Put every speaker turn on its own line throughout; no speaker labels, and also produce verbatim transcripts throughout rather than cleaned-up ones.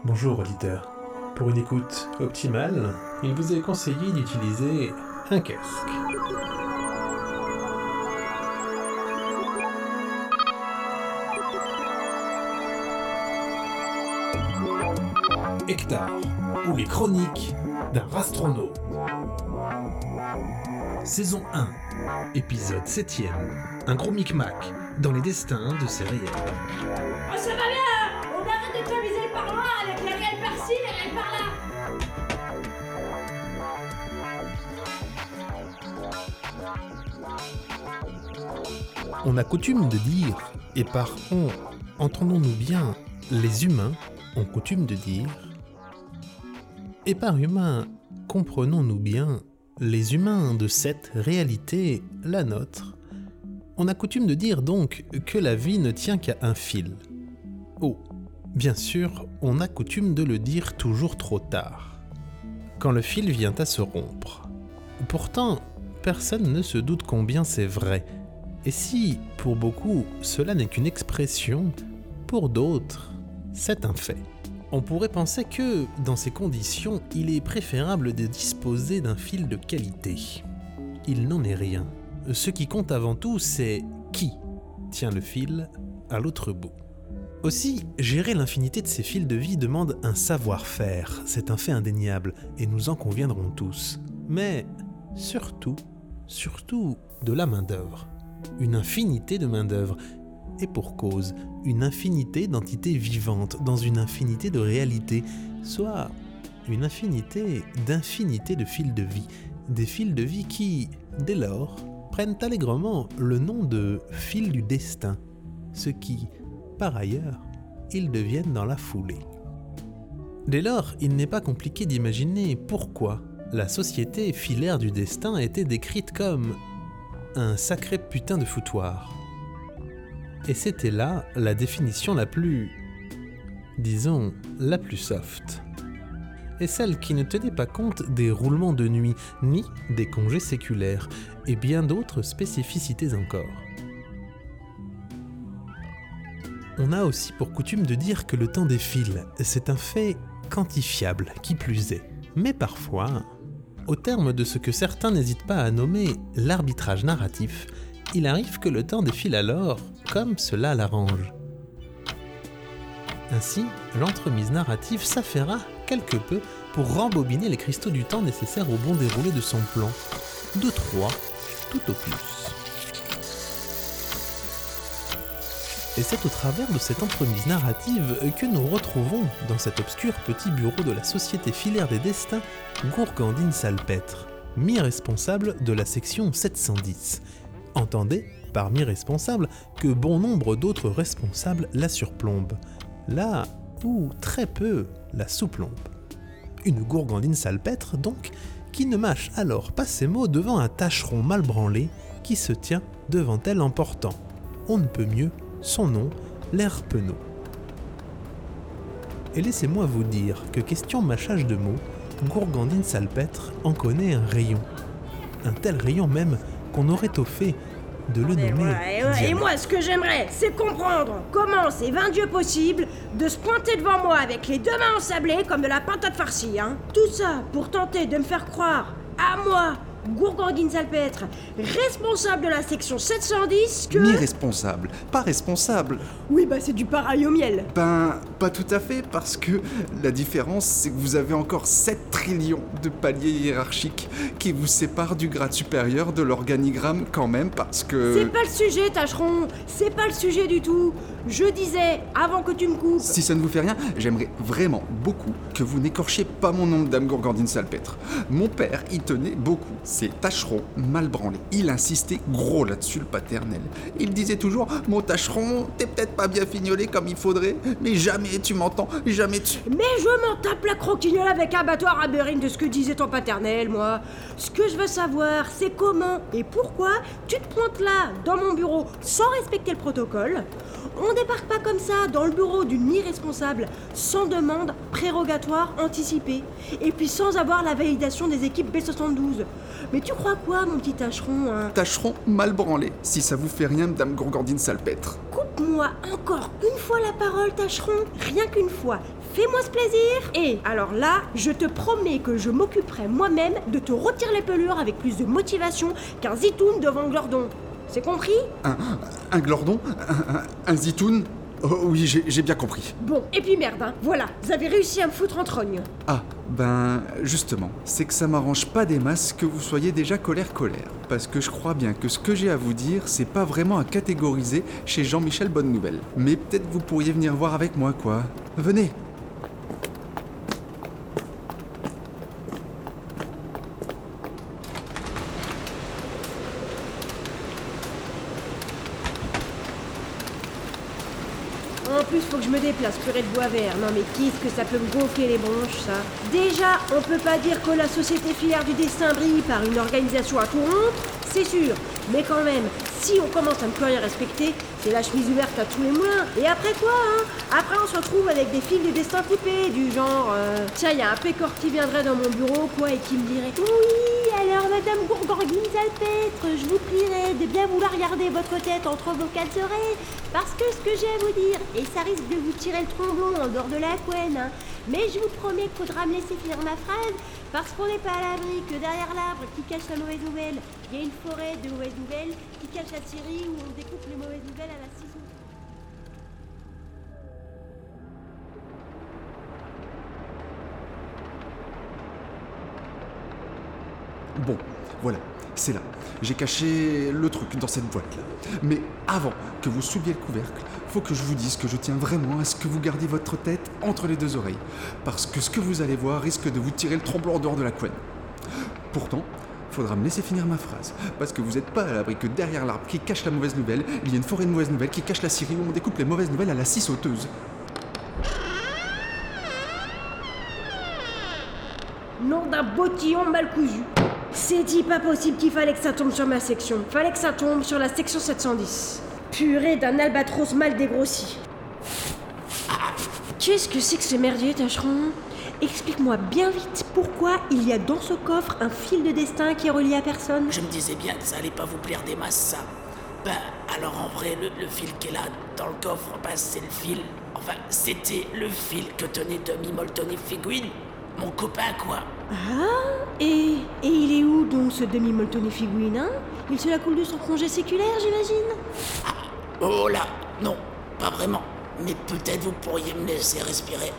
Bonjour auditeur. Pour une écoute optimale, il vous est conseillé d'utiliser un casque. Hectare, ou les chroniques d'un rastronaute. Saison un, épisode septième. Un gros micmac dans les destins de ces réels.
Oh, ça va bien! On arrête de t'amuser le parloir avec les réels par-ci, les réels par-là!
On a coutume de dire, et par on, entendons-nous bien, les humains ont coutume de dire, et par humain, comprenons-nous bien, les humains de cette réalité, la nôtre. On a coutume de dire donc que la vie ne tient qu'à un fil. Oh, bien sûr, on a coutume de le dire toujours trop tard, quand le fil vient à se rompre. Pourtant, personne ne se doute combien c'est vrai. Et si, pour beaucoup, cela n'est qu'une expression, pour d'autres, c'est un fait. On pourrait penser que, dans ces conditions, il est préférable de disposer d'un fil de qualité. Il n'en est rien. Ce qui compte avant tout, c'est qui tient le fil à l'autre bout. Aussi, gérer l'infinité de ces fils de vie demande un savoir-faire, c'est un fait indéniable, et nous en conviendrons tous. Mais, surtout, surtout, de la main-d'œuvre. Une infinité de main-d'œuvre. Et pour cause, une infinité d'entités vivantes dans une infinité de réalités, soit une infinité d'infinités de fils de vie, des fils de vie qui, dès lors, prennent allègrement le nom de fils du destin, ce qui, par ailleurs, ils deviennent dans la foulée. Dès lors, il n'est pas compliqué d'imaginer pourquoi la société filaire du destin a été décrite comme un sacré putain de foutoir. Et c'était là la définition la plus, disons, la plus soft. Et celle qui ne tenait pas compte des roulements de nuit, ni des congés séculaires, et bien d'autres spécificités encore. On a aussi pour coutume de dire que le temps défile, c'est un fait quantifiable, qui plus est. Mais parfois, au terme de ce que certains n'hésitent pas à nommer l'arbitrage narratif, il arrive que le temps défile alors comme cela l'arrange. Ainsi, l'entremise narrative s'affaira quelque peu pour rembobiner les cristaux du temps nécessaires au bon déroulé de son plan. De trois, tout au plus. Et c'est au travers de cette entremise narrative que nous retrouvons, dans cet obscur petit bureau de la Société filaire des destins, Gourgandine Salpêtre, mi-responsable de la section sept cent dix. Entendez, par mi-responsable, que bon nombre d'autres responsables la surplombent, là où très peu la sous-plombent. Une gourgandine salpêtre, donc, qui ne mâche alors pas ses mots devant un tâcheron mal branlé qui se tient devant elle en portant, on ne peut mieux, son nom, l'air penaud. Et laissez-moi vous dire que question mâchage de mots, Gourgandine Salpêtre en connaît un rayon. Un tel rayon même qu'on aurait au fait de le nommer
Et, ouais, et, ouais, et moi, ce que j'aimerais, c'est comprendre comment c'est vingt dieux possible de se pointer devant moi avec les deux mains ensablées comme de la patate farcie, hein. Tout ça pour tenter de me faire croire, à moi, Gourgandine Salpêtre, responsable de la section sept cent dix, que...
Mi-responsable, pas responsable.
Oui, bah c'est du pareil au miel.
Ben, pas tout à fait, parce que la différence, c'est que vous avez encore sept trillions de paliers hiérarchiques qui vous séparent du grade supérieur de l'organigramme quand même, parce que...
C'est pas le sujet, tâcheron, c'est pas le sujet du tout. Je disais, avant que tu me coupes...
Si ça ne vous fait rien, j'aimerais vraiment beaucoup que vous n'écorchiez pas mon nom, Dame Gourgandine Salpêtre. Mon père y tenait beaucoup. C'est tâcheron mal branlé. Il insistait gros là-dessus, le paternel. Il disait toujours « Mon tâcheron, t'es peut-être pas bien fignolé comme il faudrait, mais jamais tu m'entends, jamais tu... »
Mais je m'en tape la croquignole avec un bateau à berrine de ce que disait ton paternel, moi. Ce que je veux savoir, c'est comment et pourquoi tu te pointes là, dans mon bureau, sans respecter le protocole. On débarque pas comme ça dans le bureau d'une mi-responsable, sans demande prérogatoire anticipée, et puis sans avoir la validation des équipes B soixante-douze. Mais tu crois quoi, mon petit tâcheron, hein ?
Tâcheron mal branlé, si ça vous fait rien, Dame Gourgandine Salpêtre.
Coupe-moi encore une fois la parole, tâcheron, rien qu'une fois. fais-moi ce plaisir. Et alors là, je te promets que je m'occuperai moi-même de te retirer les pelures avec plus de motivation qu'un zitoun devant Glordon. C'est compris?
Un, un glordon Un, un, un zitoun Oh oui, j'ai, j'ai bien compris.
Bon, et puis merde, hein, voilà, vous avez réussi à me foutre en trogne.
Ah, ben, justement, c'est que ça m'arrange pas des masses que vous soyez déjà colère-colère. Parce que je crois bien que ce que j'ai à vous dire, c'est pas vraiment à catégoriser chez Jean-Michel Bonne Nouvelle. Mais peut-être vous pourriez venir voir avec moi, quoi. Venez.
En plus, faut que je me déplace, purée de bois vert. Non mais qu'est-ce que ça peut me gonfler les bronches, ça. Déjà, on peut pas dire que la société filaire du destin brille par une organisation à tout rompre, c'est sûr. Mais quand même, si on commence à ne plus rien respecter, c'est la chemise ouverte à tous les moulins. Et après quoi, hein? Après on se retrouve avec des fils du destin coupés, du genre... Euh... Tiens, y a un pécor qui viendrait dans mon bureau, quoi, et qui me dirait... Oui, alors madame Gourgorguine Salpêtre, je vous prierai de bien vouloir garder votre tête entre vos quatre oreilles, parce que ce que j'ai à vous dire, et ça risque de vous tirer le tromblon en dehors de la couenne, hein, mais je vous promets qu'il faudra me laisser finir ma phrase, parce qu'on n'est pas à l'abri que derrière l'arbre qui cache la mauvaise nouvelle, il y a une forêt de mauvaises nouvelles qui cache la scierie où on découpe les mauvaises nouvelles à la ciseau.
Bon, voilà, c'est là. J'ai caché le truc dans cette boîte-là. Mais avant que vous souleviez le couvercle, faut que je vous dise que je tiens vraiment à ce que vous gardiez votre tête entre les deux oreilles. Parce que ce que vous allez voir risque de vous tirer le tromblon en dehors de la couenne. Pourtant, faudra me laisser finir ma phrase. Parce que vous n'êtes pas à l'abri que derrière l'arbre qui cache la mauvaise nouvelle, il y a une forêt de mauvaises nouvelles qui cache la scierie où on découpe les mauvaises nouvelles à la scie sauteuse.
Nom d'un bottillon mal cousu. C'est dit pas possible qu'il fallait que ça tombe sur ma section. Fallait que ça tombe sur la section sept cent dix. Purée d'un albatros mal dégrossi. Qu'est-ce que c'est que ce merdier, tâcheron? Explique-moi bien vite pourquoi il y a dans ce coffre un fil de destin qui est relié à personne.
Je me disais bien que ça allait pas vous plaire des masses, ça. Ben, alors en vrai, le, le fil qui est là, dans le coffre, ben c'est le fil... Enfin, c'était le fil que tenait Demi Moltonné Figuine, mon copain, quoi.
Ah, et, et il est où donc ce demi-moltonné figouine, hein? Il se la coule de son congé séculaire, j'imagine?
Ah, oh là, non, pas vraiment. Mais peut-être vous pourriez me laisser respirer.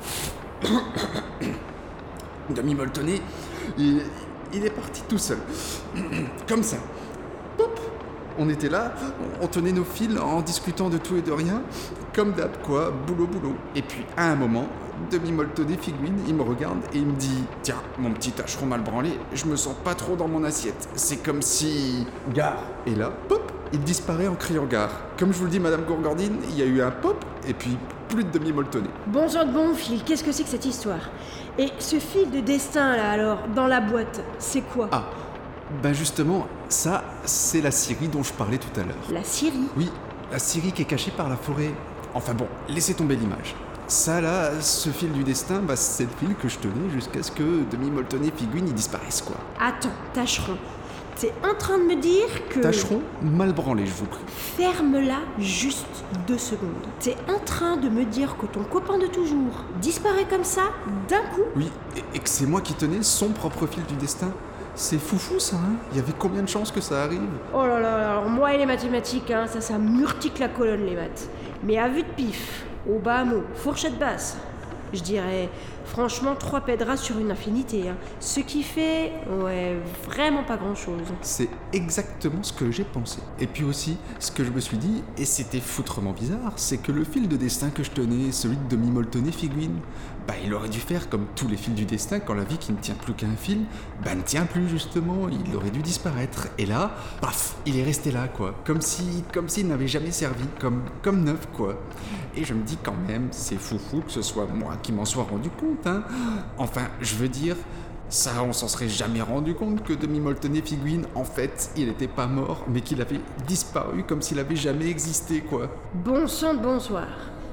Demi Moltonné, il, il est parti tout seul. Comme ça. Pop. On était là, on tenait nos fils en discutant de tout et de rien. Comme d'hab, quoi, boulot, boulot. Et puis, à un moment, Demi Moltonné Figuine, il me regarde et il me dit « Tiens, mon petit tâcheron mal branlé, je me sens pas trop dans mon assiette. C'est comme si... Gare !» Et là, pop, il disparaît en criant gare. Comme je vous le dis, Madame Gourgordine, il y a eu un pop, et puis plus de Demi Moltonné.
Bon sang de bon fil, qu'est-ce que c'est que cette histoire? Et ce fil de destin, là, alors, dans la boîte, c'est quoi?
Ah, ben justement, ça, c'est la scierie dont je parlais tout à l'heure.
La scierie?
Oui, la scierie qui est cachée par la forêt. Enfin bon, laissez tomber l'image. Ça là, ce fil du destin, bah c'est le fil que je tenais jusqu'à ce que Demi Moltonné Figuine y disparaisse, quoi.
Attends, tâcheron, t'es en train de me dire que...
Tâcheron, mal branlé, je vous prie.
Ferme-la juste deux secondes. T'es en train de me dire que ton copain de toujours disparaît comme ça, d'un coup?
Oui, et, et que c'est moi qui tenais son propre fil du destin. C'est foufou ça, hein? Il y avait combien de chances que ça arrive?
Oh là là, alors moi et les mathématiques, hein, ça, ça murtique la colonne, les maths. Mais à vue de pif, au bas mot, fourchette basse, je dirais franchement trois pédras sur une infinité. Hein. Ce qui fait, ouais, vraiment pas grand-chose.
C'est exactement ce que j'ai pensé. Et puis aussi, ce que je me suis dit, et c'était foutrement bizarre, c'est que le fil de destin que je tenais, celui de Demi Moltonné Figuine, bah il aurait dû faire comme tous les fils du destin quand la vie qui ne tient plus qu'à un fil, bah ne tient plus justement, il aurait dû disparaître. Et là, paf, il est resté là quoi, comme si, comme s'il n'avait jamais servi, comme, comme neuf quoi. Et je me dis quand même, c'est foufou que ce soit moi qui m'en sois rendu compte, hein. Enfin, je veux dire, ça on s'en serait jamais rendu compte que Demi Moltonné Figuine, en fait, il était pas mort, mais qu'il avait disparu comme s'il avait jamais existé quoi.
Bon sang de bonsoir.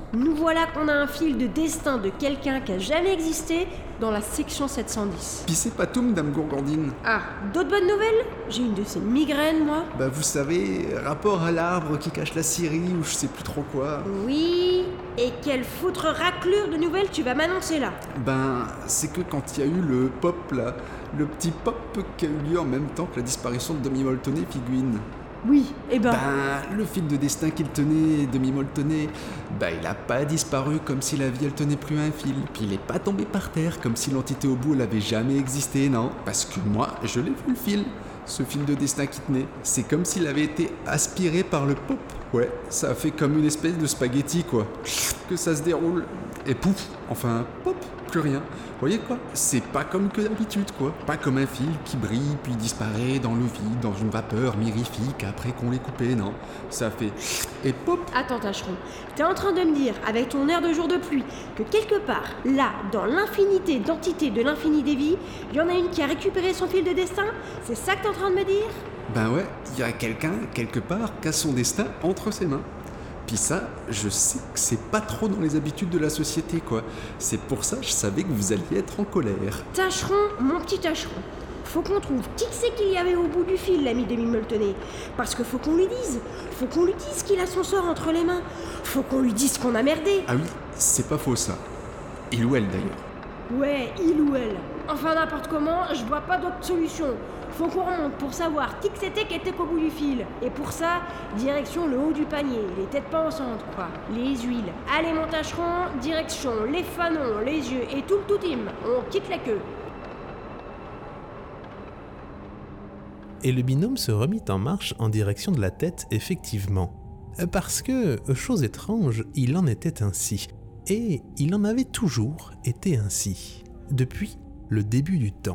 nous voilà qu'on a un fil de destin de quelqu'un qui a jamais existé dans la section sept cent dix.
Pis c'est pas tout, Madame Gourgandine.
Ah, d'autres bonnes nouvelles? J'ai une de ces migraines, moi.
Bah vous savez, rapport à l'arbre qui cache la Syrie ou je sais plus trop quoi.
Oui, et quelle foutre raclure de nouvelles tu vas m'annoncer là?
Ben, c'est que quand il y a eu le pop là, le petit pop qui a eu lieu en même temps que la disparition de Demi Moltonnet Figuine.
Oui, eh ben...
Ben, le fil de destin qu'il tenait, Demi Moltonnet, ben il a pas disparu comme si la vie elle tenait plus un fil. Puis il est pas tombé par terre comme si l'entité au bout elle avait jamais existé, non. Parce que moi, je l'ai vu le fil, ce fil de destin qui tenait. C'est comme s'il avait été aspiré par le pop. Ouais, ça a fait comme une espèce de spaghetti quoi. Que ça se déroule. Et pouf, enfin, pop, plus rien. Vous voyez quoi? C'est pas comme que d'habitude quoi. Pas comme un fil qui brille puis disparaît dans le vide, dans une vapeur mirifique après qu'on l'ait coupé, non. Ça fait et pop.
Attends, Tacheron, t'es en train de me dire, avec ton air de jour de pluie, que quelque part, là, dans l'infinité d'entités de l'infini des vies, il y en a une qui a récupéré son fil de destin? C'est ça que t'es en train de me dire?
Ben ouais, il y a quelqu'un, quelque part, qui a son destin entre ses mains. Puis ça, je sais que c'est pas trop dans les habitudes de la société, quoi. C'est pour ça que je savais que vous alliez être en colère.
Tacheron, mon petit Tacheron, faut qu'on trouve qui c'est qu'il y avait au bout du fil, l'ami Demi Moltonnet. Parce que faut qu'on lui dise, faut qu'on lui dise qu'il a son sort entre les mains. Faut qu'on lui dise qu'on a merdé.
Ah oui, c'est pas faux ça. Il ou elle d'ailleurs.
Ouais, il ou elle. Enfin, n'importe comment, je vois pas d'autre solution. Faut qu'on remonte pour savoir qui que c'était qui était qu'au bout du fil. Et pour ça, direction le haut du panier, les têtes pensantes, quoi. Les huiles. Allez, mon Tacheron, direction les fanons, les yeux et tout le tout team. On quitte la queue.
Et le binôme se remit en marche en direction de la tête, effectivement. Parce que, chose étrange, il en était ainsi. Et il en avait toujours été ainsi. Depuis le début du temps.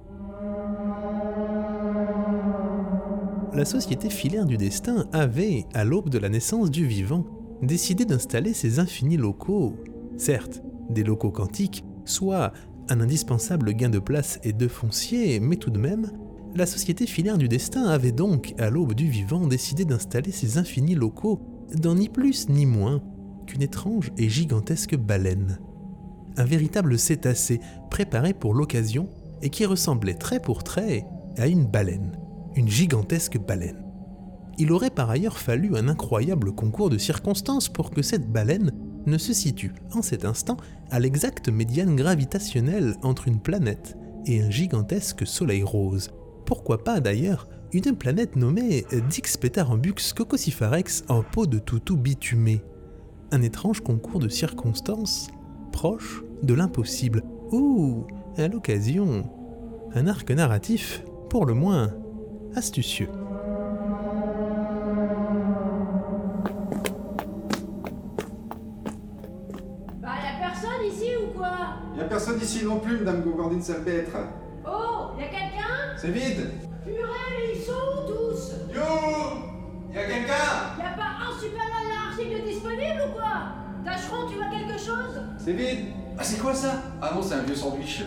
La société filaire du destin avait, à l'aube de la naissance du vivant, décidé d'installer ses infinis locaux, certes des locaux quantiques, soit un indispensable gain de place et de foncier, mais tout de même, la société filaire du destin avait donc, à l'aube du vivant, décidé d'installer ses infinis locaux dans ni plus ni moins qu'une étrange et gigantesque baleine. Un véritable cétacé préparé pour l'occasion et qui ressemblait trait pour trait à une baleine. Une gigantesque baleine. Il aurait par ailleurs fallu un incroyable concours de circonstances pour que cette baleine ne se situe en cet instant à l'exacte médiane gravitationnelle entre une planète et un gigantesque soleil rose. Pourquoi pas d'ailleurs une planète nommée Dixpetarambux Cocosifarex en peau de toutou bitumé. Un étrange concours de circonstances proche de l'impossible, ou, à l'occasion, un arc narratif pour le moins astucieux.
Bah, y'a personne ici ou quoi?
Y'a personne ici non plus, Madame Gourgandine Salpêtre.
Oh, y'a quelqu'un?
C'est vide.
Purée, mais ils sont où tous?
Yo, y'a quelqu'un?
Y'a pas un supérieur hiérarchique de disponible ou quoi? Tacheron, tu vois quelque chose?
C'est vide. Ah c'est quoi ça? Ah non, c'est un vieux sandwich.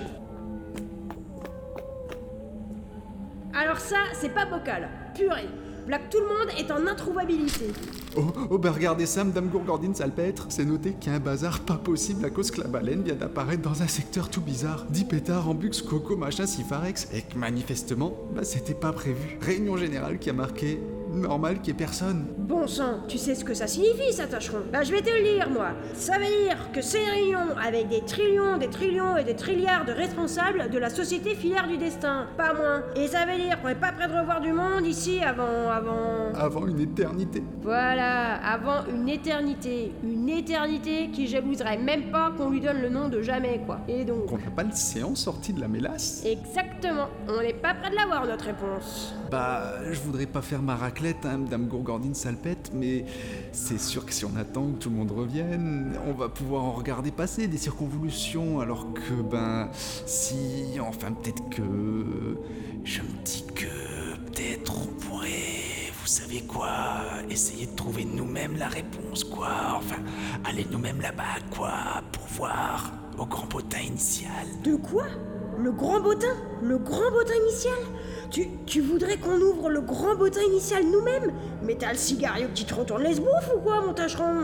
Alors ça, c'est pas bocal. Purée. Là que tout le monde est en introuvabilité.
Oh, oh bah regardez ça, Madame Gourgandine Salpêtre. C'est noté qu'il y a un bazar pas possible à cause que la baleine vient d'apparaître dans un secteur tout bizarre. dix pétards, embux, coco, machin, sifarex. Et que manifestement, bah c'était pas prévu. Réunion générale qui a marqué normal qu'il y ait personne.
Bon sang, tu sais ce que ça signifie, ça, Tacheron? Bah je vais te le dire, moi. Ça veut dire que c'est une réunion avec des trillions, des trillions et des trilliards de responsables de la société filaire du destin. Pas moins. Et ça veut dire qu'on est pas près de revoir du monde ici avant... avant...
Avant une éternité.
Voilà, avant une éternité. Une éternité qui jalouserait même pas qu'on lui donne le nom de jamais, quoi. Et donc...
Qu'on n'a pas le séant sorti de la mélasse.
Exactement. On n'est pas près de l'avoir, notre réponse.
Bah, je voudrais pas faire ma raclette, hein, Madame Gourgandine Salpêtre, mais c'est sûr que si on attend que tout le monde revienne, on va pouvoir en regarder passer des circonvolutions, alors que, ben, si, enfin, peut-être que...
Je me dis que peut-être on pourrait, vous savez quoi, essayer de trouver nous-mêmes la réponse, quoi. Enfin, aller nous-mêmes là-bas, quoi, pour voir au grand bottin initial.
De quoi? Le grand bottin? Le grand bottin initial? Tu, tu voudrais qu'on ouvre le grand bottin initial nous-mêmes? Mais t'as le cigario qui te retourne les bouffes ou quoi, mon Tacheron?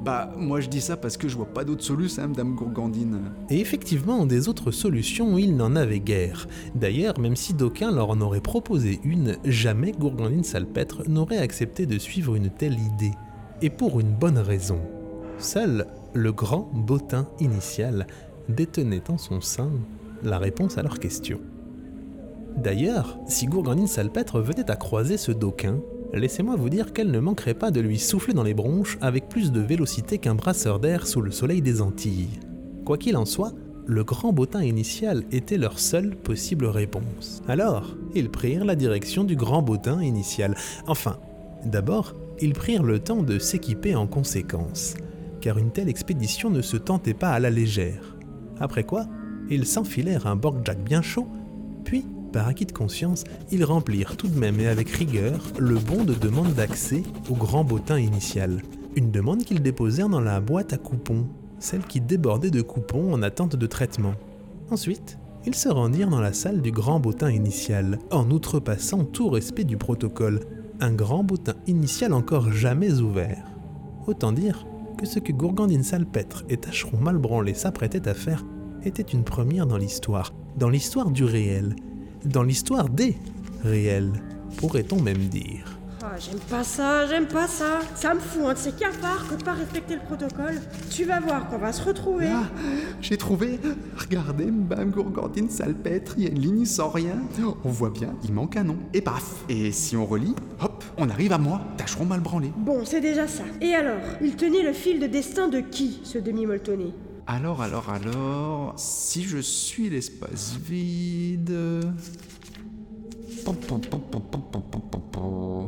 Bah, moi je dis ça parce que je vois pas d'autre solution, hein, Dame Gourgandine.
Et effectivement, des autres solutions, il n'en avait guère. D'ailleurs, même si d'aucuns leur en auraient proposé une, jamais Gourgandine Salpêtre n'aurait accepté de suivre une telle idée. Et pour une bonne raison. Seul le grand bottin initial détenait en son sein la réponse à leur question. D'ailleurs, si Gourgandine Salpêtre venait à croiser ce d'aucuin, laissez-moi vous dire qu'elle ne manquerait pas de lui souffler dans les bronches avec plus de vélocité qu'un brasseur d'air sous le soleil des Antilles. Quoi qu'il en soit, le grand bottin initial était leur seule possible réponse. Alors, ils prirent la direction du grand bottin initial. Enfin, d'abord, ils prirent le temps de s'équiper en conséquence, car une telle expédition ne se tentait pas à la légère. Après quoi, ils s'enfilèrent un borg-jack bien chaud, puis, par acquis de conscience, ils remplirent tout de même et avec rigueur le bon de demande d'accès au grand bottin initial. Une demande qu'ils déposèrent dans la boîte à coupons, celle qui débordait de coupons en attente de traitement. Ensuite, ils se rendirent dans la salle du grand bottin initial, en outrepassant tout respect du protocole, un grand bottin initial encore jamais ouvert. Autant dire que ce que Gourgandine Salpêtre et Tacheron Malbranlé s'apprêtaient à faire était une première dans l'histoire, dans l'histoire du réel, dans l'histoire des réels, pourrait-on même dire.
Ah, j'aime pas ça, j'aime pas ça. Ça me fout un de ces cafards que de pas respecter le protocole. Tu vas voir qu'on va se retrouver.
Ah, j'ai trouvé. Regardez, Dame Gourgandine Salpêtre, il y a une ligne sans rien. On voit bien, il manque un nom. Et paf. Et si on relit, hop, on arrive à moi, Tacheron Malbranlé.
Bon, c'est déjà ça. Et alors, il tenait le fil de destin de qui, ce demi-molletonné ?
Alors, alors, alors... Si je suis l'espace vide... Pom, pom, pom, pom, pom, pom, pom, pom, pom.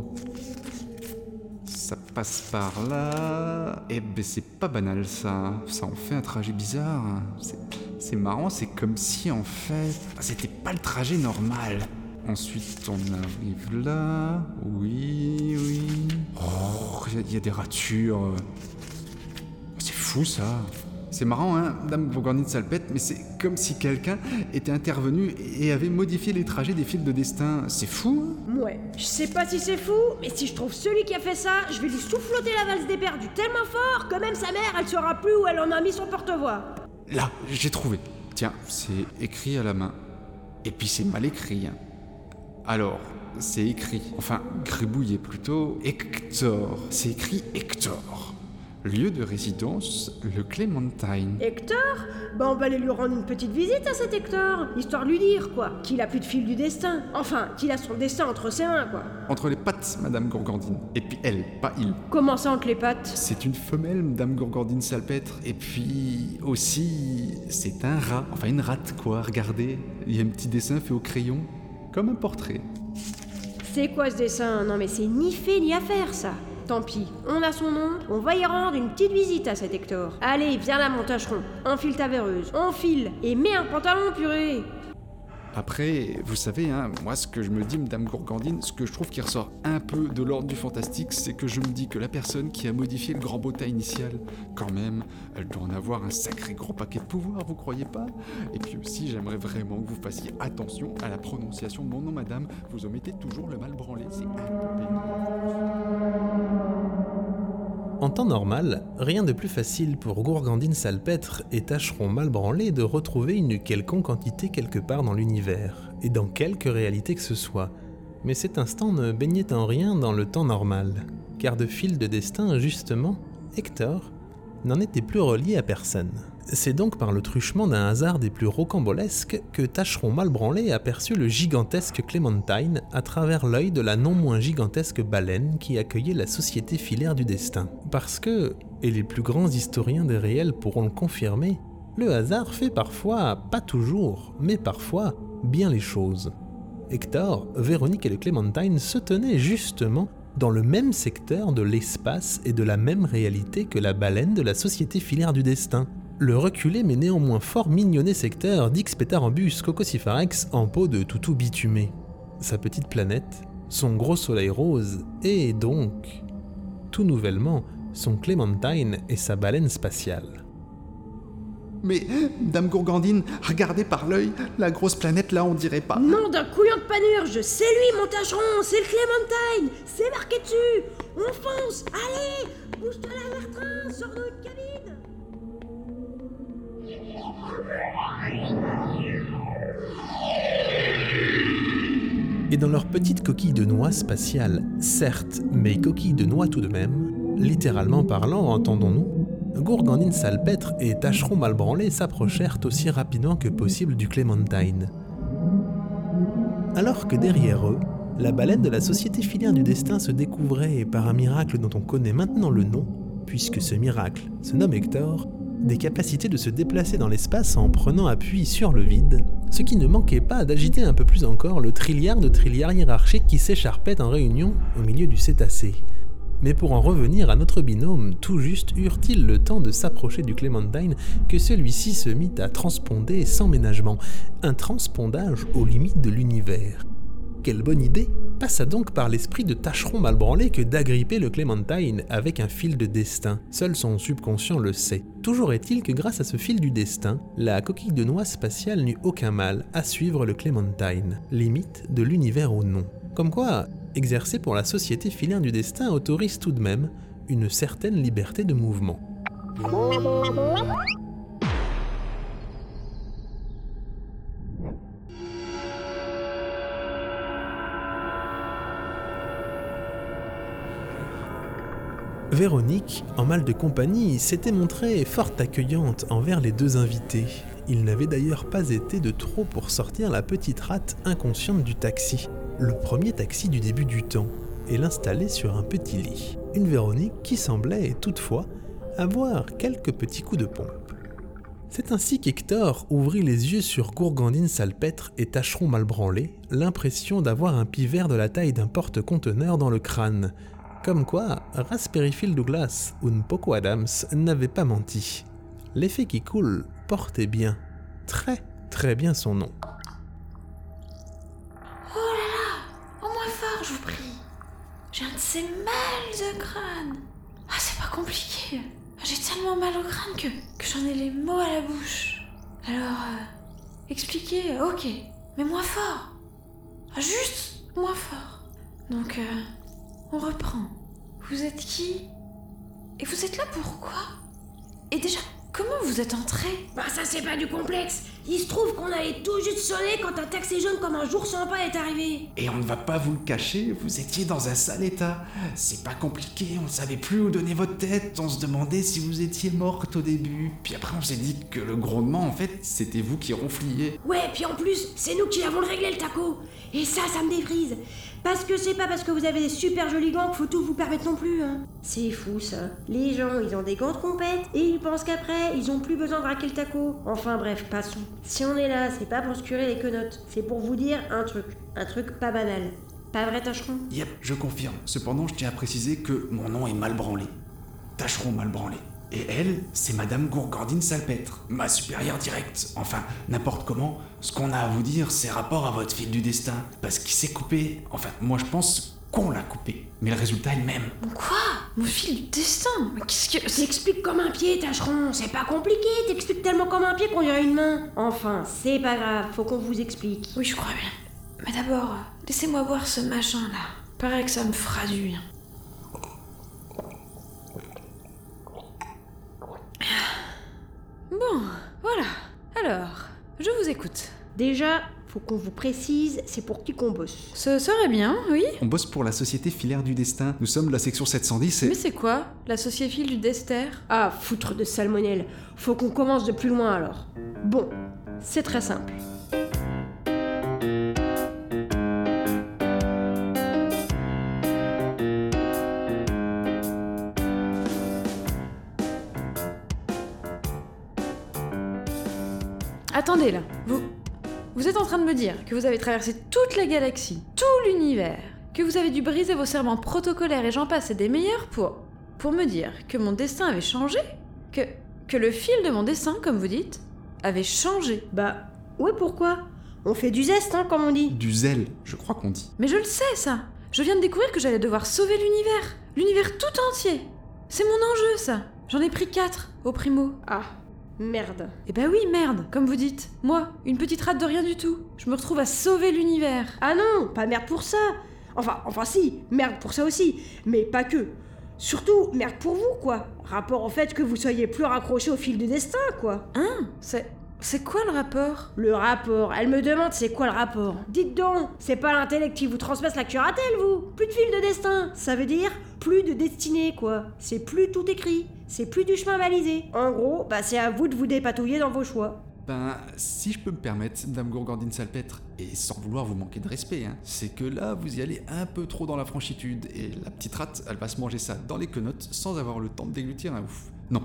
Ça passe par là... Eh ben c'est pas banal ça. Ça en fait un trajet bizarre. C'est, c'est marrant, c'est comme si en fait... C'était pas le trajet normal. Ensuite on arrive là... Oui, oui... Oh, il y, y a des ratures... C'est fou ça. C'est marrant, hein, Dame Gourgandine Salpêtre, mais c'est comme si quelqu'un était intervenu et avait modifié les trajets des fils de destin. C'est fou, hein ?
Ouais, je sais pas si c'est fou, mais si je trouve celui qui a fait ça, je vais lui souffloter la valse des perdus tellement fort que même sa mère, elle saura plus où elle en a mis son porte-voix.
Là, j'ai trouvé. Tiens, c'est écrit à la main. Et puis c'est mal écrit, hein. Alors, c'est écrit, enfin, gribouillé plutôt, Hector. C'est écrit Hector. Lieu de résidence, le Clémentine.
Hector ? Bah on va aller lui rendre une petite visite à cet Hector, histoire de lui dire, quoi, qu'il a plus de fil du destin. Enfin, qu'il a son destin entre ses mains, quoi.
Entre les pattes, Madame Gourgandine. Et puis elle, pas il.
Comment ça entre les pattes ?
C'est une femelle, Madame Gourgandine Salpêtre. Et puis aussi, c'est un rat. Enfin une rate, quoi, regardez. Il y a un petit dessin fait au crayon, comme un portrait.
C'est quoi ce dessin ? Non mais c'est ni fait ni à faire, ça. Tant pis, on a son nom, on va y rendre une petite visite à cet Hector. Allez, viens là mon Tacheron, enfile ta véreuse, enfile, et mets un pantalon purée.
Après, vous savez, hein, moi ce que je me dis, Madame Gourgandine, ce que je trouve qui ressort un peu de l'ordre du fantastique, c'est que je me dis que la personne qui a modifié le grand bottin initial, quand même, elle doit en avoir un sacré gros paquet de pouvoir, vous croyez pas ? Et puis aussi, j'aimerais vraiment que vous fassiez attention à la prononciation de mon nom, Madame. Vous omettez toujours le mal branlé, c'est un peu pénible.
En temps normal, rien de plus facile pour Gourgandine Salpêtre et Tacheron Malbranlé de retrouver une quelconque entité quelque part dans l'univers, et dans quelque réalité que ce soit. Mais cet instant ne baignait en rien dans le temps normal, car de fil de destin, justement, Hector n'en était plus relié à personne. C'est donc par le truchement d'un hasard des plus rocambolesques que Tacheron Malbranlé aperçut le gigantesque Clémentine à travers l'œil de la non moins gigantesque baleine qui accueillait la société filaire du destin. Parce que, et les plus grands historiens des réels pourront le confirmer, le hasard fait parfois, pas toujours, mais parfois, bien les choses. Hector, Véronique et le Clémentine se tenaient justement dans le même secteur de l'espace et de la même réalité que la baleine de la société filaire du destin. Le reculé mais néanmoins fort mignonné secteur d'Ixpetarambus Cococifarex en peau de toutou bitumé. Sa petite planète, son gros soleil rose et donc, tout nouvellement, son Clémentine et sa baleine spatiale.
Mais, Dame Gourgandine, regardez par l'œil, la grosse planète là, on dirait pas...
Non, d'un couillon de panurge, c'est lui mon Tacheron, c'est le Clémentine, c'est marqué dessus. On fonce, allez, bouge-toi l'arrière-train, sors-nous
Et dans leur petite coquille de noix spatiale, certes, mais coquille de noix tout de même, littéralement parlant, entendons-nous, Gourgandine Salpêtre et Tacheron Malbranlé s'approchèrent aussi rapidement que possible du Clémentine. Alors que derrière eux, la baleine de la Société Filière du Destin se découvrait par un miracle dont on connaît maintenant le nom, puisque ce miracle se nomme Hector, des capacités de se déplacer dans l'espace en prenant appui sur le vide, ce qui ne manquait pas d'agiter un peu plus encore le trilliard de trilliards hiérarchiques qui s'écharpait en réunion au milieu du cétacé. Mais pour en revenir à notre binôme, tout juste eurent-ils le temps de s'approcher du Clémentine que celui-ci se mit à transponder sans ménagement, un transpondage aux limites de l'univers. Quelle bonne idée passa donc par l'esprit de Tacheron Malbranlé que d'agripper le Clémentine avec un fil de destin. Seul son subconscient le sait. Toujours est-il que grâce à ce fil du destin, la coquille de noix spatiale n'eut aucun mal à suivre le Clémentine, limite de l'univers au nom. Comme quoi, exercer pour la Société Filière du Destin autorise tout de même une certaine liberté de mouvement. Véronique, en mal de compagnie, s'était montrée fort accueillante envers les deux invités. Il n'avait d'ailleurs pas été de trop pour sortir la petite rate inconsciente du taxi, le premier taxi du début du temps, et l'installer sur un petit lit. Une Véronique qui semblait, toutefois, avoir quelques petits coups de pompe. C'est ainsi qu'Hector ouvrit les yeux sur Gourgandine Salpêtre et Tacheron Malbranlé, l'impression d'avoir un pivert de la taille d'un porte-conteneur dans le crâne. Comme quoi, Raspberry Phil Douglas ou Poco Adams n'avaient pas menti. L'effet qui coule portait bien, très très bien son nom.
Oh là là, au moins fort, je vous prie. J'ai un de ces mal de crâne. Ah, c'est pas compliqué. J'ai tellement mal au crâne que, que j'en ai les mots à la bouche. Alors, euh, expliquez, ok, mais moins fort. Ah, juste moins fort. Donc, euh, on reprend. Vous êtes qui? Et vous êtes là pourquoi? Et déjà, comment vous êtes entré?
Bah ça c'est pas du complexe. Il se trouve qu'on allait tout juste sonner quand un taxi jaune comme un jour sans pas est arrivé.
Et on ne va pas vous le cacher, vous étiez dans un sale état. C'est pas compliqué, on ne savait plus où donner votre tête, on se demandait si vous étiez morte au début. Puis après on s'est dit que le grondement en fait, c'était vous qui ronfliez.
Ouais, puis en plus, c'est nous qui avons le réglé le taco. Et ça, ça me défrise. Parce que c'est pas parce que vous avez des super jolis gants qu'il faut tout vous permettre non plus, hein. C'est fou ça. Les gens, ils ont des gants de compète et ils pensent qu'après, ils ont plus besoin de braquer le taco. Enfin bref, passons. Si on est là, c'est pas pour se curer les quenottes. C'est pour vous dire un truc. Un truc pas banal. Pas vrai, Tacheron?
Yep, je confirme. Cependant, je tiens à préciser que mon nom est Malbranlé. Tacheron Malbranlé. Et elle, c'est Madame Gourgandine Salpêtre, ma supérieure directe. Enfin, n'importe comment, ce qu'on a à vous dire, c'est rapport à votre fil du destin. Parce qu'il s'est coupé. Enfin, moi je pense qu'on l'a coupé. Mais le résultat est le même.
Quoi? Mon fil du destin? Mais qu'est-ce que...
T'expliques comme un pied, Tacheron. C'est pas compliqué, t'expliques tellement comme un pied qu'on dirait une main. Enfin, c'est pas grave, faut qu'on vous explique.
Oui, je crois bien. Mais d'abord, laissez-moi voir ce machin-là. Paraît que ça me fera du bien. Bon, voilà. Alors, je vous écoute.
Déjà, faut qu'on vous précise, c'est pour qui qu'on bosse.
Ce serait bien, oui.
On bosse pour la Société Filaire du Destin. Nous sommes de la section sept cent dix et...
Mais c'est quoi, la Société du Dester?
Ah, foutre de salmonelle. Faut qu'on commence de plus loin alors. Bon, c'est très simple.
Attendez là, vous... Vous êtes en train de me dire que vous avez traversé toute la galaxie, tout l'univers, que vous avez dû briser vos serments protocolaires et j'en passe et des meilleurs pour... pour me dire que mon destin avait changé? Que... que le fil de mon destin, comme vous dites, avait changé?
Bah, ouais, pourquoi? On fait du zeste, hein, comme on dit.
Du zèle, je crois qu'on dit.
Mais je le sais, ça. Je viens de découvrir que j'allais devoir sauver l'univers. L'univers tout entier. C'est mon enjeu, ça. J'en ai pris quatre, au primo.
Ah, merde.
Eh ben oui, merde, comme vous dites. Moi, une petite rate de rien du tout. Je me retrouve à sauver l'univers.
Ah non, pas merde pour ça. Enfin, enfin si, merde pour ça aussi. Mais pas que. Surtout, merde pour vous, quoi. Rapport au fait que vous soyez plus raccroché au fil du destin, quoi.
Hein? C'est... c'est quoi le rapport?
Le rapport, elle me demande c'est quoi le rapport. Dites donc, c'est pas l'intellect qui vous transpasse la curatelle, vous? Plus de fil de destin, ça veut dire plus de destinée, quoi. C'est plus tout écrit, c'est plus du chemin balisé. En gros, bah c'est à vous de vous dépatouiller dans vos choix.
Ben, si je peux me permettre, Dame Gourgandine Salpêtre, et sans vouloir vous manquer de respect, hein, c'est que là, vous y allez un peu trop dans la franchitude, et la petite rate, elle va se manger ça dans les quenottes sans avoir le temps de déglutir un ouf. Non.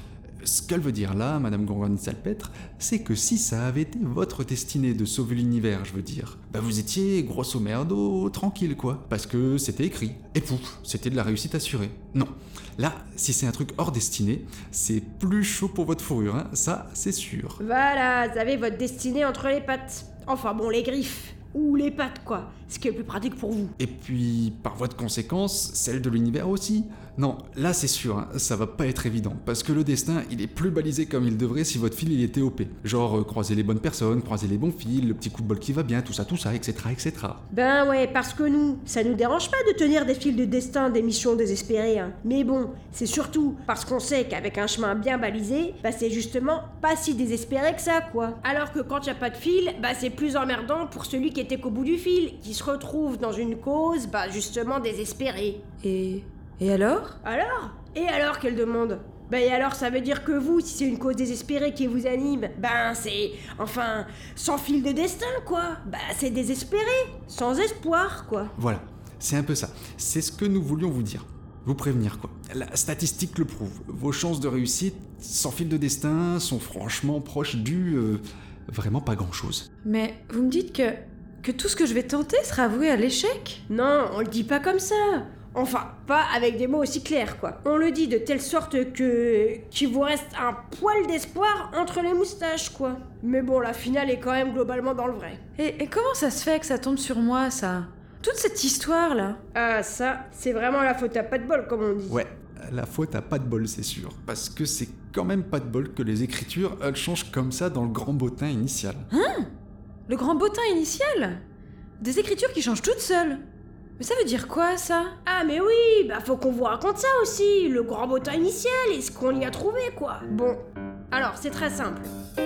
Ce qu'elle veut dire là, Madame Gourgandine Salpêtre, c'est que si ça avait été votre destinée de sauver l'univers, je veux dire, bah vous étiez grosso merdo tranquille quoi, parce que c'était écrit, et pouf, c'était de la réussite assurée. Non, là, si c'est un truc hors destinée, c'est plus chaud pour votre fourrure, hein, ça c'est sûr.
Voilà, vous avez votre destinée entre les pattes. Enfin bon, les griffes. Ou les pattes, quoi. Ce qui est le plus pratique pour vous.
Et puis, par voie de conséquence, celle de l'univers aussi. Non, là c'est sûr, hein, ça va pas être évident, parce que le destin, il est plus balisé comme il devrait si votre fil il était O P. Genre, euh, croiser les bonnes personnes, croiser les bons fils, le petit coup de bol qui va bien, tout ça, tout ça, et cetera, et cetera.
Ben ouais, parce que nous, ça nous dérange pas de tenir des fils de destin, des missions désespérées, hein. Mais bon, c'est surtout parce qu'on sait qu'avec un chemin bien balisé, bah c'est justement pas si désespéré que ça, quoi. Alors que quand y a pas de fil, bah c'est plus emmerdant pour celui qui était qu'au bout du fil, qui se retrouve dans une cause, bah justement désespérée.
Et... et alors?
Alors? Et alors qu'elle demande? Ben et alors ça veut dire que vous, si c'est une cause désespérée qui vous anime, ben c'est... enfin... sans fil de destin, quoi. Ben c'est désespéré, sans espoir, quoi.
Voilà, c'est un peu ça. C'est ce que nous voulions vous dire. Vous prévenir, quoi. La statistique le prouve. Vos chances de réussite, sans fil de destin, sont franchement proches du... Euh, vraiment pas grand-chose.
Mais vous me dites que... que tout ce que je vais tenter sera voué à l'échec?
Non, on le dit pas comme ça. Enfin, pas avec des mots aussi clairs, quoi. On le dit de telle sorte que... qu'il vous reste un poil d'espoir entre les moustaches, quoi. Mais bon, la finale est quand même globalement dans le vrai.
Et, et comment ça se fait que ça tombe sur moi, ça? Toute cette histoire-là?
Ah, ça, c'est vraiment la faute à pas de bol, comme on dit.
Ouais, la faute à pas de bol, c'est sûr. Parce que c'est quand même pas de bol que les écritures, elles changent comme ça dans le grand bottin initial.
Hein? Le grand bottin initial? Des écritures qui changent toutes seules? Mais ça veut dire quoi, ça?
Ah mais oui, bah faut qu'on vous raconte ça aussi, le grand bottin initial et ce qu'on y a trouvé, quoi. Bon, alors c'est très simple.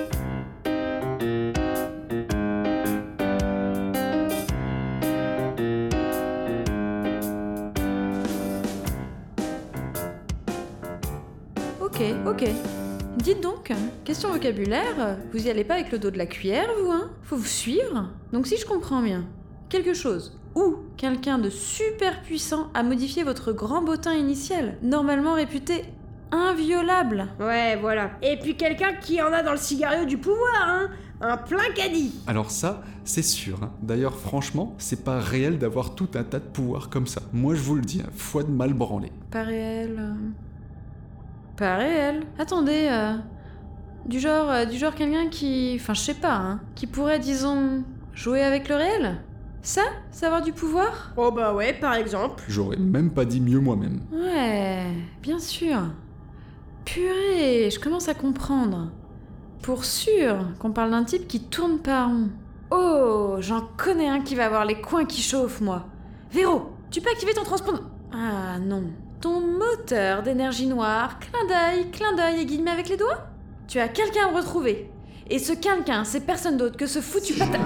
Ok, ok. Dites donc, question vocabulaire, vous y allez pas avec le dos de la cuillère, vous, hein? Faut vous suivre. Donc si je comprends bien, quelque chose ou quelqu'un de super puissant a modifié votre grand bottin initial, normalement réputé inviolable.
Ouais, voilà. Et puis quelqu'un qui en a dans le cigario du pouvoir, hein? Un plein caddie.
Alors ça, c'est sûr. Hein. D'ailleurs, franchement, c'est pas réel d'avoir tout un tas de pouvoirs comme ça. Moi, je vous le dis, hein, foi de mal branlé.
Pas réel... euh, Pas réel. Attendez, euh... Du genre, euh, du genre quelqu'un qui... Enfin, je sais pas, hein. Qui pourrait, disons, jouer avec le réel? Ça? Savoir du pouvoir?
Oh bah ouais, par exemple.
J'aurais même pas dit mieux moi-même.
Ouais, bien sûr. Purée, je commence à comprendre. Pour sûr qu'on parle d'un type qui tourne pas rond. Oh, j'en connais un qui va avoir les coins qui chauffent, moi. Véro, tu peux activer ton transpondeur... Ah non. Ton moteur d'énergie noire, clin d'œil, clin d'œil et guillemets avec les doigts. Tu as quelqu'un à me retrouver. Et ce quelqu'un, c'est personne d'autre que ce foutu patin...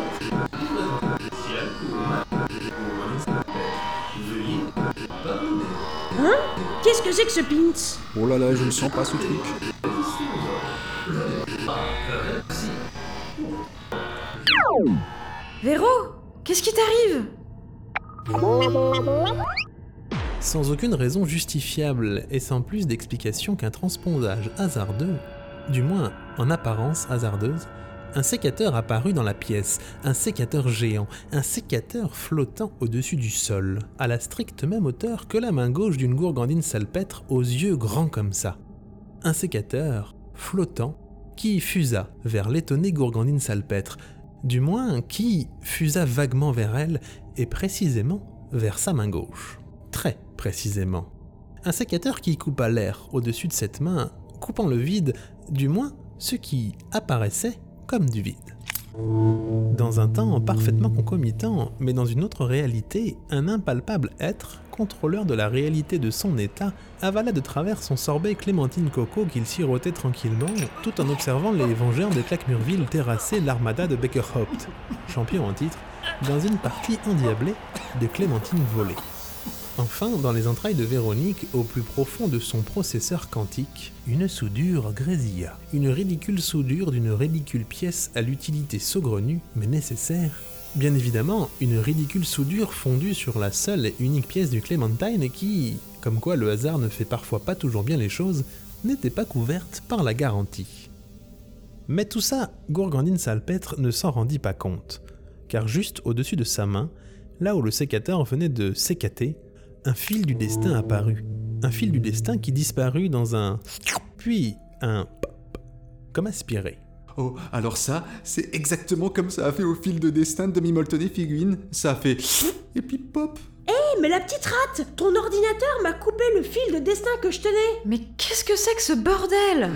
Hein? Qu'est-ce que c'est que ce pint?
Oh là là, je ne sens pas ce truc.
Véro, qu'est-ce qui t'arrive?
Sans aucune raison justifiable et sans plus d'explication qu'un transpondage hasardeux, du moins en apparence hasardeuse, un sécateur apparut dans la pièce, un sécateur géant, un sécateur flottant au-dessus du sol, à la stricte même hauteur que la main gauche d'une gourgandine salpêtre aux yeux grands comme ça. Un sécateur flottant qui fusa vers l'étonnée gourgandine salpêtre, du moins qui fusa vaguement vers elle et précisément vers sa main gauche. Très précisément. Un sécateur qui coupa l'air au-dessus de cette main, coupant le vide, du moins ce qui apparaissait comme du vide. Dans un temps parfaitement concomitant, mais dans une autre réalité, un impalpable être, contrôleur de la réalité de son état avala de travers son sorbet Clémentine Coco qu'il sirotait tranquillement, tout en observant les Vengeurs de Claquemurville terrasser l'armada de Beckerhaupt, champion en titre, dans une partie endiablée de Clémentine volée. Enfin, dans les entrailles de Véronique, au plus profond de son processeur quantique, une soudure grésilla. Une ridicule soudure d'une ridicule pièce à l'utilité saugrenue, mais nécessaire. Bien évidemment, une ridicule soudure fondue sur la seule et unique pièce du Clémentine qui, comme quoi le hasard ne fait parfois pas toujours bien les choses, n'était pas couverte par la garantie. Mais tout ça, Gourgandine Salpêtre ne s'en rendit pas compte, car juste au-dessus de sa main, là où le sécateur venait de sécater, un fil du destin apparut. Un fil du destin qui disparut dans un... puis un... comme aspiré.
Oh, alors ça, c'est exactement comme ça a fait au fil de destin de Demi-Moltonné Figuine. Ça a fait... et puis pop.
Hé, hey, mais la petite rate, ton ordinateur m'a coupé le fil de destin que je tenais.
Mais qu'est-ce que c'est que ce bordel?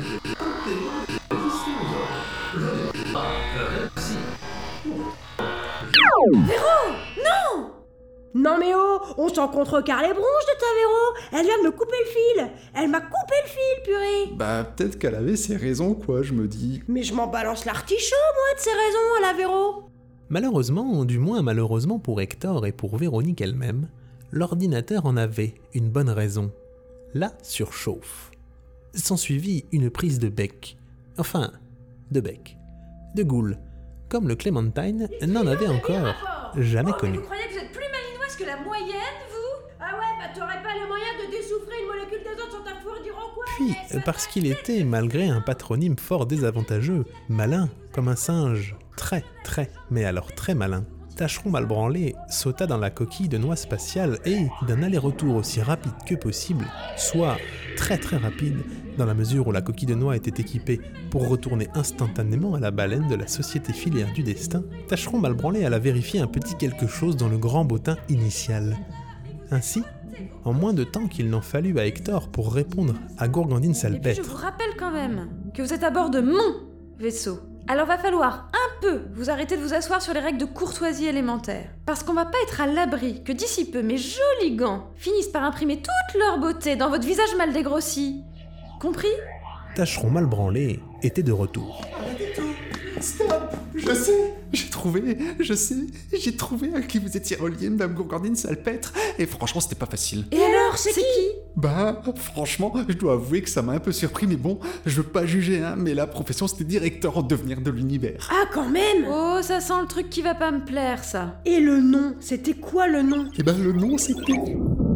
Véro! Non!
Non mais oh, on s'en contrecarre les bronches de ta Véro. Elle vient de me couper le fil. Elle m'a coupé le fil, purée.
Bah, peut-être qu'elle avait ses raisons, quoi, je me dis.
Mais je m'en balance l'artichaut, moi, de ses raisons à la Véro.
Malheureusement, du moins malheureusement pour Hector et pour Véronique elle-même, l'ordinateur en avait une bonne raison. La surchauffe. S'ensuivit une prise de bec. Enfin, de bec. De goule. Comme le Clémentine n'en avait encore jamais
oh,
connu.
Vous croyez que vous êtes plus malinoise que la moyenne, vous?
Ah ouais, bah t'aurais pas le moyen de désouffrer une molécule d'azote sur ta fourrure du rockoir.
Puis, parce qu'il était, malgré un patronyme fort désavantageux, malin, comme un singe, très, très, mais alors très malin, Tacheron mal branlé sauta dans la coquille de noix spatiale et, d'un aller-retour aussi rapide que possible, soit très très rapide, dans la mesure où la coquille de noix était équipée pour retourner instantanément à la baleine de la société filière du destin, Tacheron mal branlé alla vérifier un petit quelque chose dans le grand bottin initial. Ainsi, en moins de temps qu'il n'en fallut à Hector pour répondre à Gourgandine
Et puis je
Salpêtre.
vous rappelle quand même que vous êtes à bord de mon vaisseau. Alors va falloir un peu vous arrêter de vous asseoir sur les règles de courtoisie élémentaire. Parce qu'on va pas être à l'abri que d'ici peu mes jolis gants finissent par imprimer toute leur beauté dans votre visage mal dégrossi. Compris?
Tacheron mal branlé était de retour.
Stop! Je sais! J'ai trouvé! Je sais! J'ai trouvé à qui vous étiez relié, Madame Gourgandine Salpêtre! Et franchement, c'était pas facile.
Et alors, c'est qui?
Bah, franchement, je dois avouer que ça m'a un peu surpris, mais bon, je veux pas juger, hein, mais la profession, c'était directeur en devenir de l'univers.
Ah, quand même.
Oh, ça sent le truc qui va pas me plaire, ça.
Et le nom, c'était quoi le nom?
Et ben, le nom, c'était...